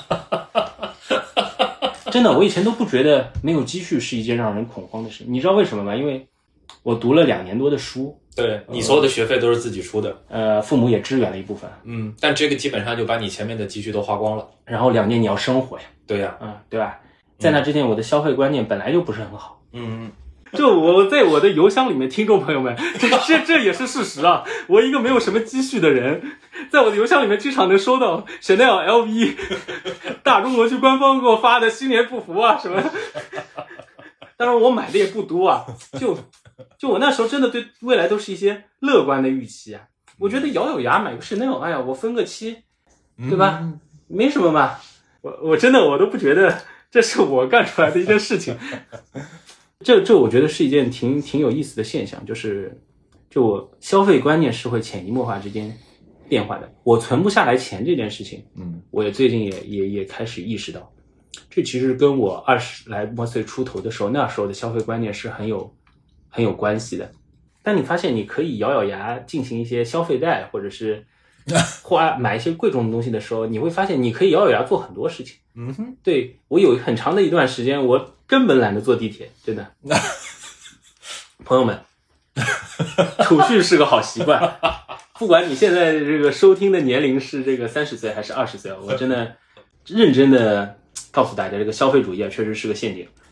真的，我以前都不觉得没有积蓄是一件让人恐慌的事。你知道为什么吗？因为我读了两年多的书， 对，你所有的学费都是自己出的， 呃，父母也支援了一部分， 嗯，但这个基本上就把你前面的积蓄都花光了。 然后两年你要生活呀， 对呀， 嗯，对吧？在那之前，我的消费观念本来就不是很好， 嗯。 就我在我的邮箱里面，听众朋友们，这这这也是事实啊！我一个没有什么积蓄的人，在我的邮箱里面经常能收到 Chanel、L V、大中国区官方给我发的新年祝福啊什么。当然我买的也不多啊，就就我那时候真的对未来都是一些乐观的预期啊。我觉得咬咬牙买个 Chanel， 哎呀，我分个期，对吧？嗯、没什么嘛。我我真的我都不觉得这是我干出来的一件事情。这这我觉得是一件挺挺有意思的现象，就是就我消费观念是会潜移默化之间变化的。我存不下来钱这件事情，嗯，我也最近也也也开始意识到，这其实跟我二十来末岁出头的时候，那时候的消费观念是很有很有关系的。当你发现你可以咬咬牙进行一些消费贷，或者是花买一些贵重的东西的时候，你会发现你可以咬咬牙做很多事情。 嗯哼， 对，我有很长的一段时间，我根本懒得坐地铁，真的。朋友们，储蓄是个好习惯。不管你现在这个收听的年龄是这个三十岁还是二十岁，我真的认真的告诉大家，这个消费主义啊，确实是个陷阱。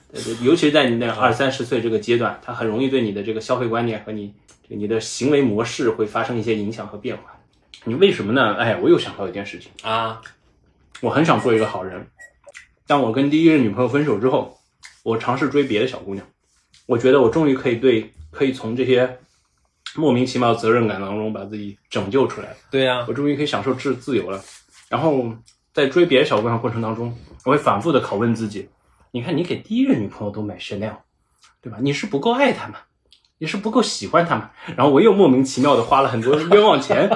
对对，尤其是在你那二三十岁这个阶段，它很容易对你的这个消费观念和你你的行为模式会发生一些影响和变化。你为什么呢？哎，我又想到一件事情啊， 我很想做一个好人。当我跟第一任女朋友分手之后，我尝试追别的小姑娘，我觉得我终于可以对可以从这些莫名其妙的责任感当中把自己拯救出来了。 对呀、啊， 我终于可以享受自自由了。然后在追别的小姑娘过程当中，我会反复的拷问自己，你看你给第一任女朋友都买 Chanel， 对吧？你是不够爱她吗？你是不够喜欢她吗？然后我又莫名其妙的花了很多冤枉钱。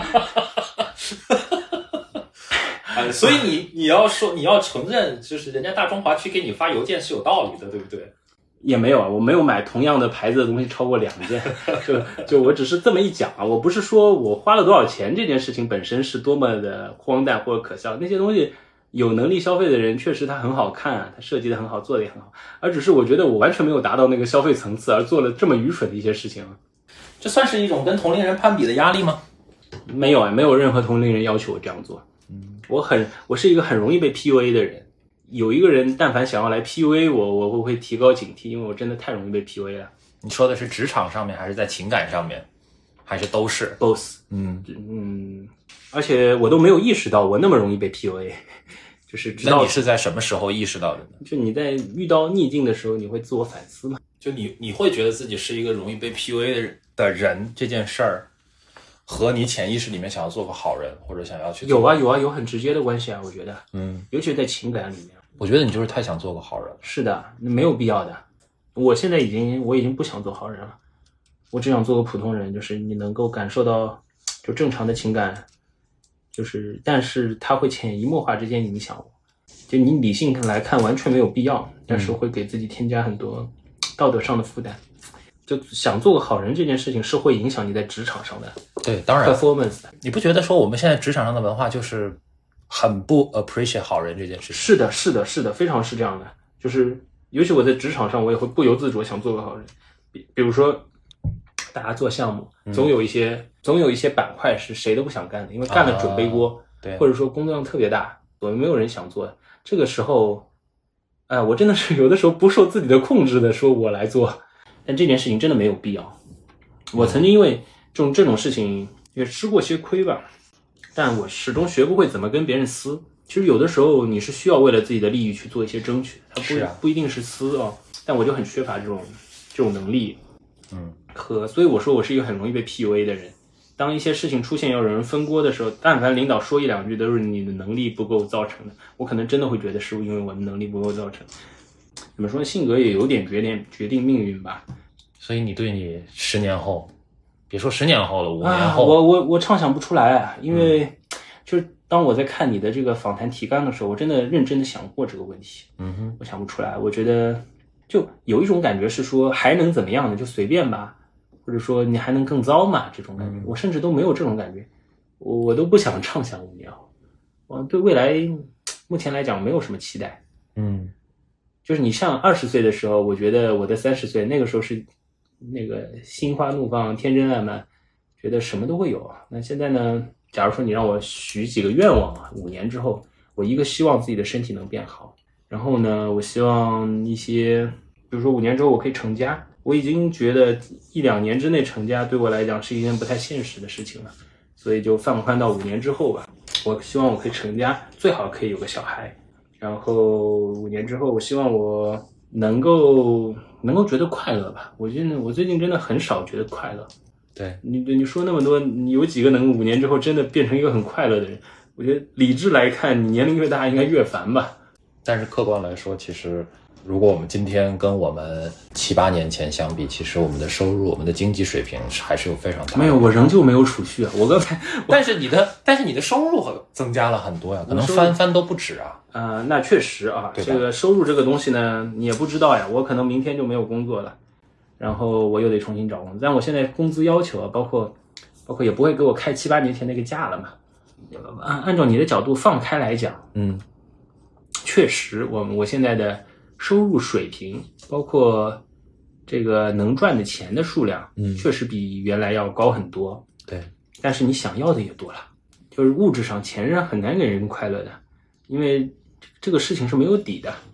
呃，所以你你要说你要承认，就是人家大中华区给你发邮件是有道理的，对不对？ 也没有啊，我没有买同样的牌子的东西超过两件，就就我只是这么一讲啊，我不是说我花了多少钱这件事情本身是多么的荒诞或者可笑，那些东西有能力消费的人确实它很好看啊，它设计的很好，做的也很好，而只是我觉得我完全没有达到那个消费层次而做了这么愚蠢的一些事情。 这算是一种跟同龄人攀比的压力吗？ 没有啊，没有任何同龄人要求我这样做。嗯，我很我是一个很容易被 P U A 的人。有一个人但凡想要来 P U A 我，我会提高警惕，因为我真的太容易被 P U A 了。 你说的是职场上面，还是在情感上面，还是都是 both？ 嗯嗯，而且我都没有意识到我那么容易被 P U A， 就是直到那你是在什么时候意识到的呢？ 就你在遇到逆境的时候，你会自我反思嘛？ 就你你会觉得自己是一个容易被 P U A 的人的人这件事儿，和你潜意识里面想要做个好人，或者想要去做有啊有啊有很直接的关系啊，我觉得， 嗯， 尤其是在情感里面。 我觉得你就是太想做个好人了。 是的，没有必要的。我现在已经我已经不想做好人了，我只想做个普通人，就是你能够感受到就正常的情感，就是但是它会潜移默化之间影响我。就你理性来看完全没有必要，但是会给自己添加很多道德上的负担。就想做个好人这件事情是会影响你在职场上的对，当然 performance 的。 你不觉得说我们现在职场上的文化就是很不 appreciate 好人这件事情？ 是的，是的，是的，非常是这样的。就是尤其我在职场上，我也会不由自主想做个好人。比比如说，大家做项目，总有一些、嗯、总有一些板块是谁都不想干的，因为干了准背锅， 啊、对， 或者说工作量特别大，我们没有人想做。这个时候，哎、呃，我真的是有的时候不受自己的控制的说我来做，但这件事情真的没有必要。我曾经因为这种这种事情也吃过些亏吧。但我始终学不会怎么跟别人撕。其实有的时候你是需要为了自己的利益去做一些争取，它不是、啊、不一定是撕哦。但我就很缺乏这种这种能力， 嗯， 和所以我说我是一个很容易被 P U A 的人。当一些事情出现要有人分锅的时候，但凡领导说一两句都是你的能力不够造成的，我可能真的会觉得是因为我的能力不够造成。怎么说呢？性格也有点决定决定命运吧。 所以你对你十年后。别说十年后了，五年后， 啊、我我我畅想不出来啊，因为、嗯、就是当我在看你的这个访谈提纲的时候，我真的认真的想过这个问题。 嗯哼， 我想不出来，我觉得就有一种感觉是说还能怎么样呢？就随便吧，或者说你还能更糟嘛？这种感觉，嗯、我甚至都没有这种感觉，我我都不想畅想五年后，我对未来目前来讲没有什么期待。 嗯， 就是你像二十岁的时候，我觉得我的三十岁那个时候是。那个心花怒放天真烂漫，觉得什么都会有。那现在呢，假如说你让我许几个愿望啊，五年之后我一个希望自己的身体能变好，然后呢我希望一些比如说五年之后我可以成家。我已经觉得一两年之内成家对我来讲是一件不太现实的事情了，所以就放宽到五年之后吧。我希望我可以成家，最好可以有个小孩，然后五年之后我希望我能够能够觉得快乐吧。我觉得我最近真的很少觉得快乐。 对， 你你说那么多，你有几个能五年之后真的变成一个很快乐的人？我觉得理智来看，你年龄越大应该越烦吧。 但是客观来说，其实如果我们今天跟我们七八年前相比，其实我们的收入、我们的经济水平还是有非常大的。 没有，我仍旧没有储蓄啊。我刚才， 但是你的，但是你的收入增加了很多呀，可能翻番都不止啊。 啊、呃，那确实啊，这个收入这个东西呢，你也不知道呀。我可能明天就没有工作了，然后我又得重新找工作。但我现在工资要求啊，包括包括也不会给我开七八年前那个价了嘛。按按照你的角度放开来讲， 嗯， 确实，我我现在的收入水平，包括这个能赚的钱的数量， 嗯， 确实比原来要高很多。 对， 但是你想要的也多了，就是物质上、钱上很难给人快乐的，因为这个事情是没有底的。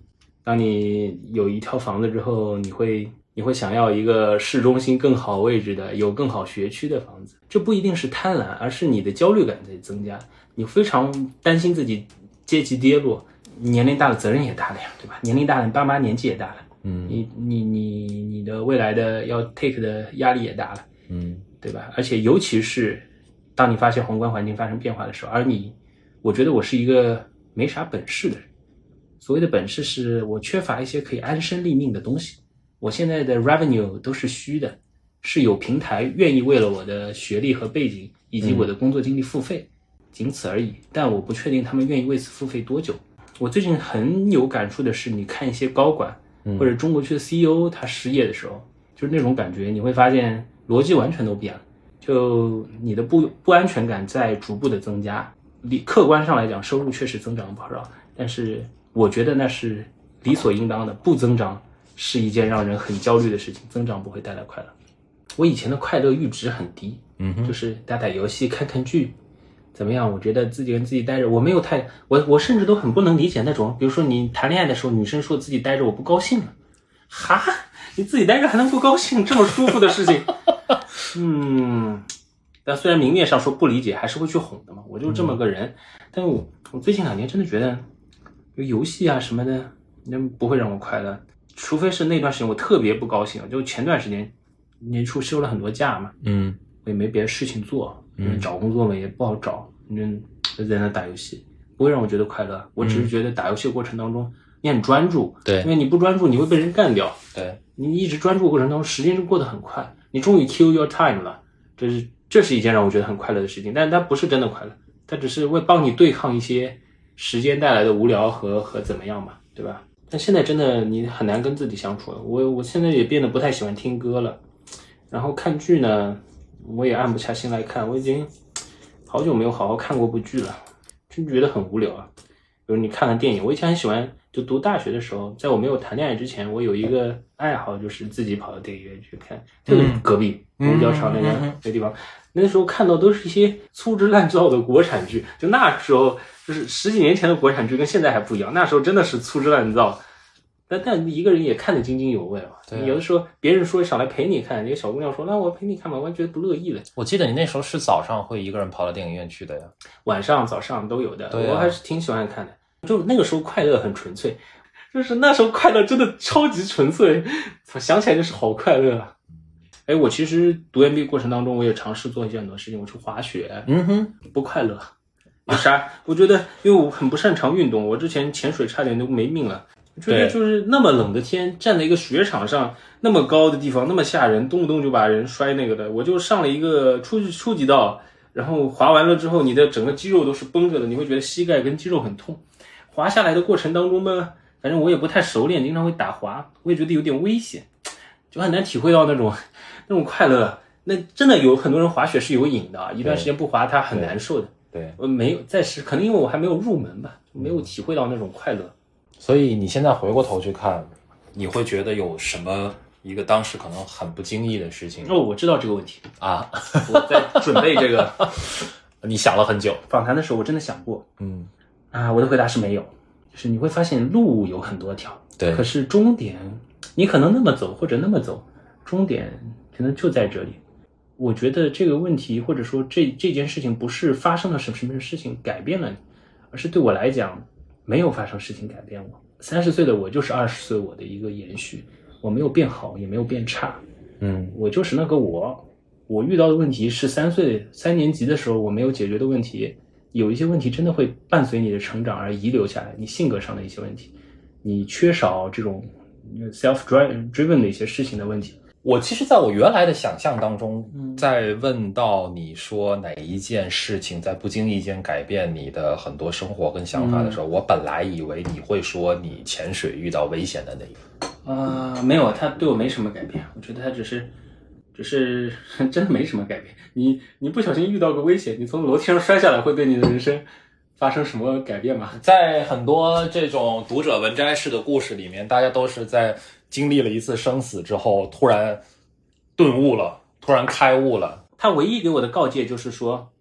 当你有一套房子之后，你会你会想要一个市中心更好位置的、有更好学区的房子。这不一定是贪婪，而是你的焦虑感在增加，你非常担心自己阶级跌落。年龄大了，责任也大了呀，对吧？年龄大了，你爸妈年纪也大了，嗯，你你你你的未来的要 take 的压力也大了，嗯，对吧？而且尤其是当你发现宏观环境发生变化的时候，而你，我觉得我是一个没啥本事的人。所谓的本事是我缺乏一些可以安身立命的东西。我现在的 revenue 都是虚的，是有平台愿意为了我的学历和背景以及我的工作经历付费，嗯、仅此而已。但我不确定他们愿意为此付费多久。我最近很有感触的是，你看一些高管、嗯、或者中国区的 C E O 他失业的时候，就是那种感觉，你会发现逻辑完全都变了。就你的不不安全感在逐步的增加。理客观上来讲，收入确实增长不少，但是我觉得那是理所应当的。不增长是一件让人很焦虑的事情，增长不会带来快乐。我以前的快乐阈值很低，嗯哼，就是打打游戏、看看剧，怎么样？我觉得自己跟自己待着，我没有太，我我甚至都很不能理解那种，比如说你谈恋爱的时候，女生说自己待着我不高兴了，哈，你自己待着还能不高兴？这么舒服的事情，嗯。但虽然明面上说不理解，还是会去哄的嘛，我就这么个人。嗯、但我我最近两年真的觉得，游戏啊什么的，那不会让我快乐，除非是那段时间我特别不高兴，就前段时间年初休了很多假嘛，嗯，我也没别的事情做，嗯，找工作嘛也不好找，嗯，就在那打游戏，不会让我觉得快乐。我只是觉得打游戏的过程当中，你很专注，对，因为你不专注你会被人干掉，对，你一直专注的过程当中，时间就过得很快，你终于 kill your time 了，这是。这是一件让我觉得很快乐的事情，但是它不是真的快乐，它只是为帮你对抗一些时间带来的无聊和和怎么样嘛，对吧？但现在真的你很难跟自己相处了。我我现在也变得不太喜欢听歌了，然后看剧呢，我也按不下心来看，我已经好久没有好好看过部剧了，真觉得很无聊啊。比如你看看电影，我以前很喜欢，就读大学的时候，在我没有谈恋爱之前，我有一个爱好，就是自己跑到电影院去看，就是隔壁公交场那个、嗯、那个地方。那时候看到都是一些粗制滥造的国产剧，就那时候就是十几年前的国产剧跟现在还不一样，那时候真的是粗制滥造，但但一个人也看得津津有味嘛。对、啊，有的时候别人说想来陪你看，一个小姑娘说那我陪你看吧，我觉得不乐意了。 我记得你那时候是早上会一个人跑到电影院去的呀？ 晚上、早上都有的，啊、我还是挺喜欢看的。就那个时候快乐很纯粹，就是那时候快乐真的超级纯粹，想起来就是好快乐啊。哎，我其实读 M B A 过程当中，我也尝试做一些很多事情。我去滑雪，嗯哼，不快乐。有啥？我觉得，因为我很不擅长运动，我之前潜水差点都没命了。我觉得就是那么冷的天，站在一个雪场上，那么高的地方，那么吓人，动不动就把人摔那个的。我就上了一个初初级道，然后滑完了之后，你的整个肌肉都是绷着的，你会觉得膝盖跟肌肉很痛。滑下来的过程当中呢，反正我也不太熟练，经常会打滑，我也觉得有点危险，就很难体会到那种那种快乐。那真的有很多人滑雪是有瘾的，一段时间不滑他很难受的。对，我没有暂时可能因为我还没有入门吧，没有体会到那种快乐。 所以你现在回过头去看，你会觉得有什么一个当时可能很不经意的事情？ 哦，我知道这个问题啊，我在准备这个， 你想了很久。 访谈的时候我真的想过，嗯。啊，我的回答是没有，就是你会发现路有很多条，对，可是终点你可能那么走或者那么走，终点可能就在这里。我觉得这个问题或者说这这件事情不是发生了什么什么事情改变了你，而是对我来讲没有发生事情改变我。三十岁的我就是二十岁我的一个延续，我没有变好也没有变差，嗯，我就是那个我。我遇到的问题是三岁三年级的时候我没有解决的问题。有一些问题真的会伴随你的成长而遗留下来，你性格上的一些问题，你缺少这种 self-driven 的一些事情的问题。 我其实在我原来的想象当中，在问到你说哪一件事情在不经意间改变你的很多生活跟想法的时候，嗯、我本来以为你会说你潜水遇到危险的那一个。 啊、呃，没有，他对我没什么改变，我觉得他只是只是真的没什么改变。你你不小心遇到个危险，你从楼梯上摔下来，会对你的人生发生什么改变吗？ 在很多这种读者文摘式的故事里面，大家都是在经历了一次生死之后，突然顿悟了，突然开悟了。 他唯一给我的告诫就是说，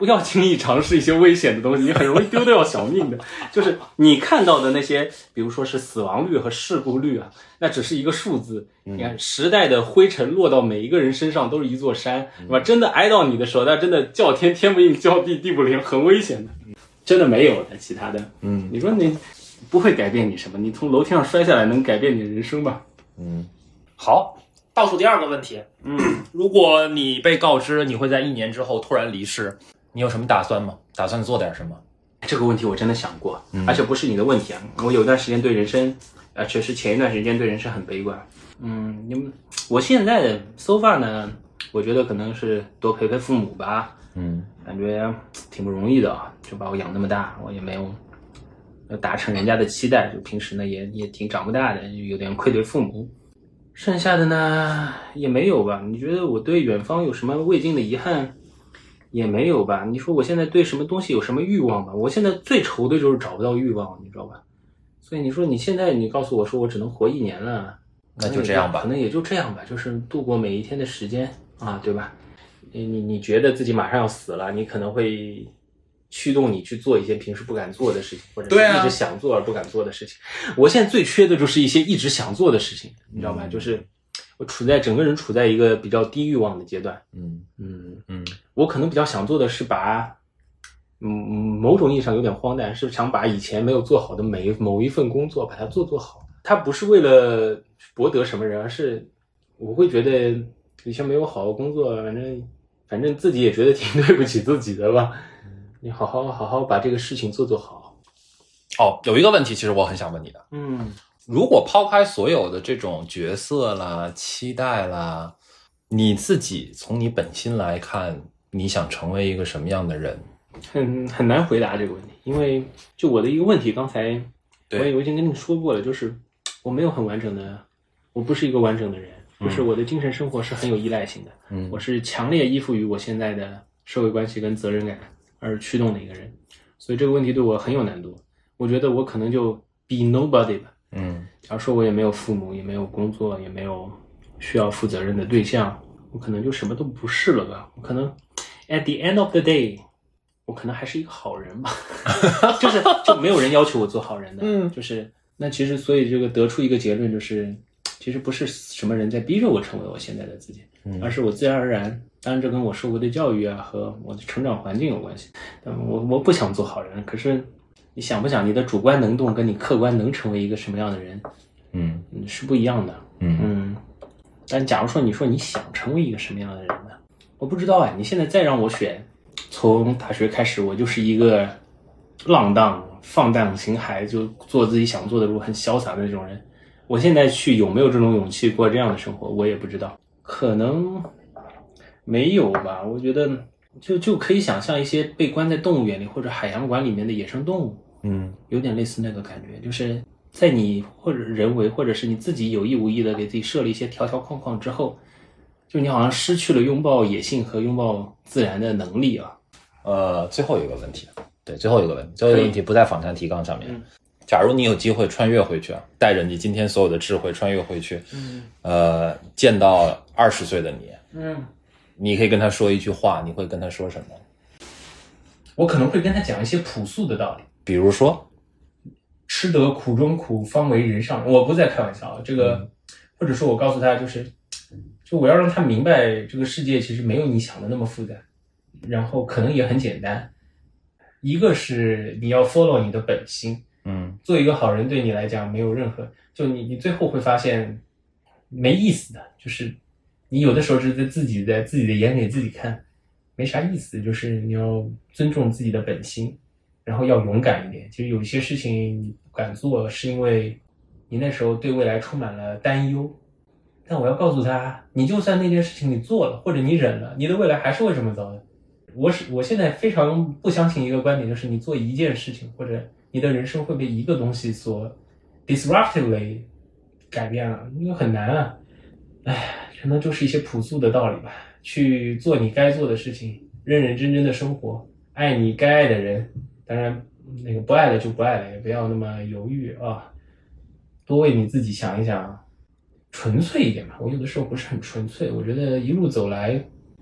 不要轻易尝试一些危险的东西，你很容易丢掉小命的。就是你看到的那些，比如说是死亡率和事故率啊，那只是一个数字。你看时代的灰尘落到每一个人身上都是一座山，是吧？真的挨到你的时候，那真的叫天天不应，叫地地不灵，很危险的。真的没有的其他的。嗯，你说你不会改变你什么？你从楼梯上摔下来能改变你的人生吗？ 嗯，好。倒数第二个问题，嗯，如果你被告知你会在一年之后突然离世，你有什么打算吗？打算做点什么？ 这个问题我真的想过，嗯、而且不是你的问题啊。我有段时间对人生，而且是前一段时间对人生很悲观。嗯，你们，我现在的 so far 呢，我觉得可能是多陪陪父母吧。嗯，感觉挺不容易的啊，就把我养那么大，我也没有达成人家的期待，就平时呢也也挺长不大的，有点愧对父母。剩下的呢也没有吧。你觉得我对远方有什么未尽的遗憾？也没有吧。你说我现在对什么东西有什么欲望吧？我现在最愁的就是找不到欲望，你知道吧？所以你说你现在你告诉我说我只能活一年了， 那就这样吧， 可能也就这样吧，就是度过每一天的时间啊，对吧？你你你觉得自己马上要死了，你可能会驱动你去做一些平时不敢做的事情，或者是一直想做而不敢做的事情。啊、我现在最缺的就是一些一直想做的事情，你知道吧？嗯、就是我处在整个人处在一个比较低欲望的阶段。嗯嗯嗯，我可能比较想做的是把，嗯，某种意义上有点荒诞，是想把以前没有做好的每某一份工作把它做做好。它不是为了博得什么人，而是我会觉得以前没有好好工作，反正反正自己也觉得挺对不起自己的吧。你好好好好把这个事情做做好。 哦，有一个问题其实我很想问你的。嗯，如果抛开所有的这种角色啦、期待啦，你自己从你本心来看，你想成为一个什么样的人？ 很很难回答这个问题，因为就我的一个问题，刚才我也已经跟你说过了，就是我没有很完整的，我不是一个完整的人，就是我的精神生活是很有依赖性的。嗯，我是强烈依附于我现在的社会关系跟责任感而驱动的一个人，所以这个问题对我很有难度。我觉得我可能就 be nobody 吧。嗯，假如说我也没有父母，也没有工作，也没有需要负责任的对象，我可能就什么都不是了吧。我可能 at the end of the day， 我可能还是一个好人吧。就是就没有人要求我做好人的。嗯，就是那其实所以这个得出一个结论就是，其实不是什么人在逼着我成为我现在的自己，而是我自然而然。当然这跟我受过的教育啊和我的成长环境有关系。但我我不想做好人，可是你想不想你的主观能动跟你客观能成为一个什么样的人，嗯是不一样的。嗯嗯，但假如说你说你想成为一个什么样的人呢？我不知道哎。你现在再让我选，从大学开始我就是一个浪荡放荡形骸，就做自己想做的路，很潇洒的那种人。我现在去有没有这种勇气过这样的生活，我也不知道。可能没有吧。我觉得就就可以想象一些被关在动物园里或者海洋馆里面的野生动物，嗯，有点类似那个感觉，就是在你或者人为或者是你自己有意无意的给自己设立一些条条框框之后，就你好像失去了拥抱野性和拥抱自然的能力啊。 呃，最后一个问题，对，最后一个问题，最后一个问题不在访谈提纲上面。嗯，假如你有机会穿越回去啊，带着你今天所有的智慧穿越回去，嗯，呃，见到二十岁的你，嗯。你可以跟他说一句话，你会跟他说什么？ 我可能会跟他讲一些朴素的道理， 比如说， 吃得苦中苦，方为人上人。我不在开玩笑，这个，嗯、或者说我告诉他，就是，就我要让他明白，这个世界其实没有你想的那么复杂，然后可能也很简单。一个是你要 follow 你的本心，嗯，做一个好人对你来讲没有任何，就你你最后会发现没意思的，就是。你有的时候是在自己在自己的眼里自己看没啥意思，就是你要尊重自己的本心，然后要勇敢一点。其实有一些事情你不敢做是因为你那时候对未来充满了担忧，但我要告诉他，你就算那件事情你做了或者你忍了，你的未来还是会这么糟的。我是我现在非常不相信一个观点，就是你做一件事情或者你的人生会被一个东西所 disruptively 改变了，因为很难啊。哎，可能就是一些朴素的道理吧，去做你该做的事情，认认真真的生活，爱你该爱的人，当然那个不爱了就不爱了，也不要那么犹豫啊，多为你自己想一想，纯粹一点吧。我有的时候不是很纯粹，我觉得一路走来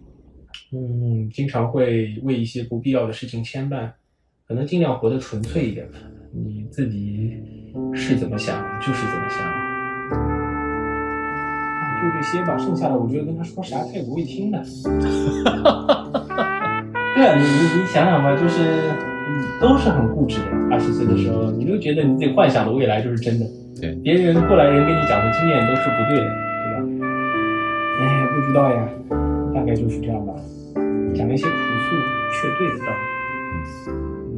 嗯，经常会为一些不必要的事情牵绊，可能尽量活得纯粹一点吧。你自己是怎么想就是怎么想。就这些吧，剩下的我觉得跟他说啥他也不会听的。对啊，你你你想想吧，就是都是很固执的。二十岁的时候，你都觉得你自己幻想的未来就是真的， 对， 别人过来人跟你讲的经验都是不对的，对吧？哎，不知道呀，大概就是这样吧，讲一些朴素却对的道理。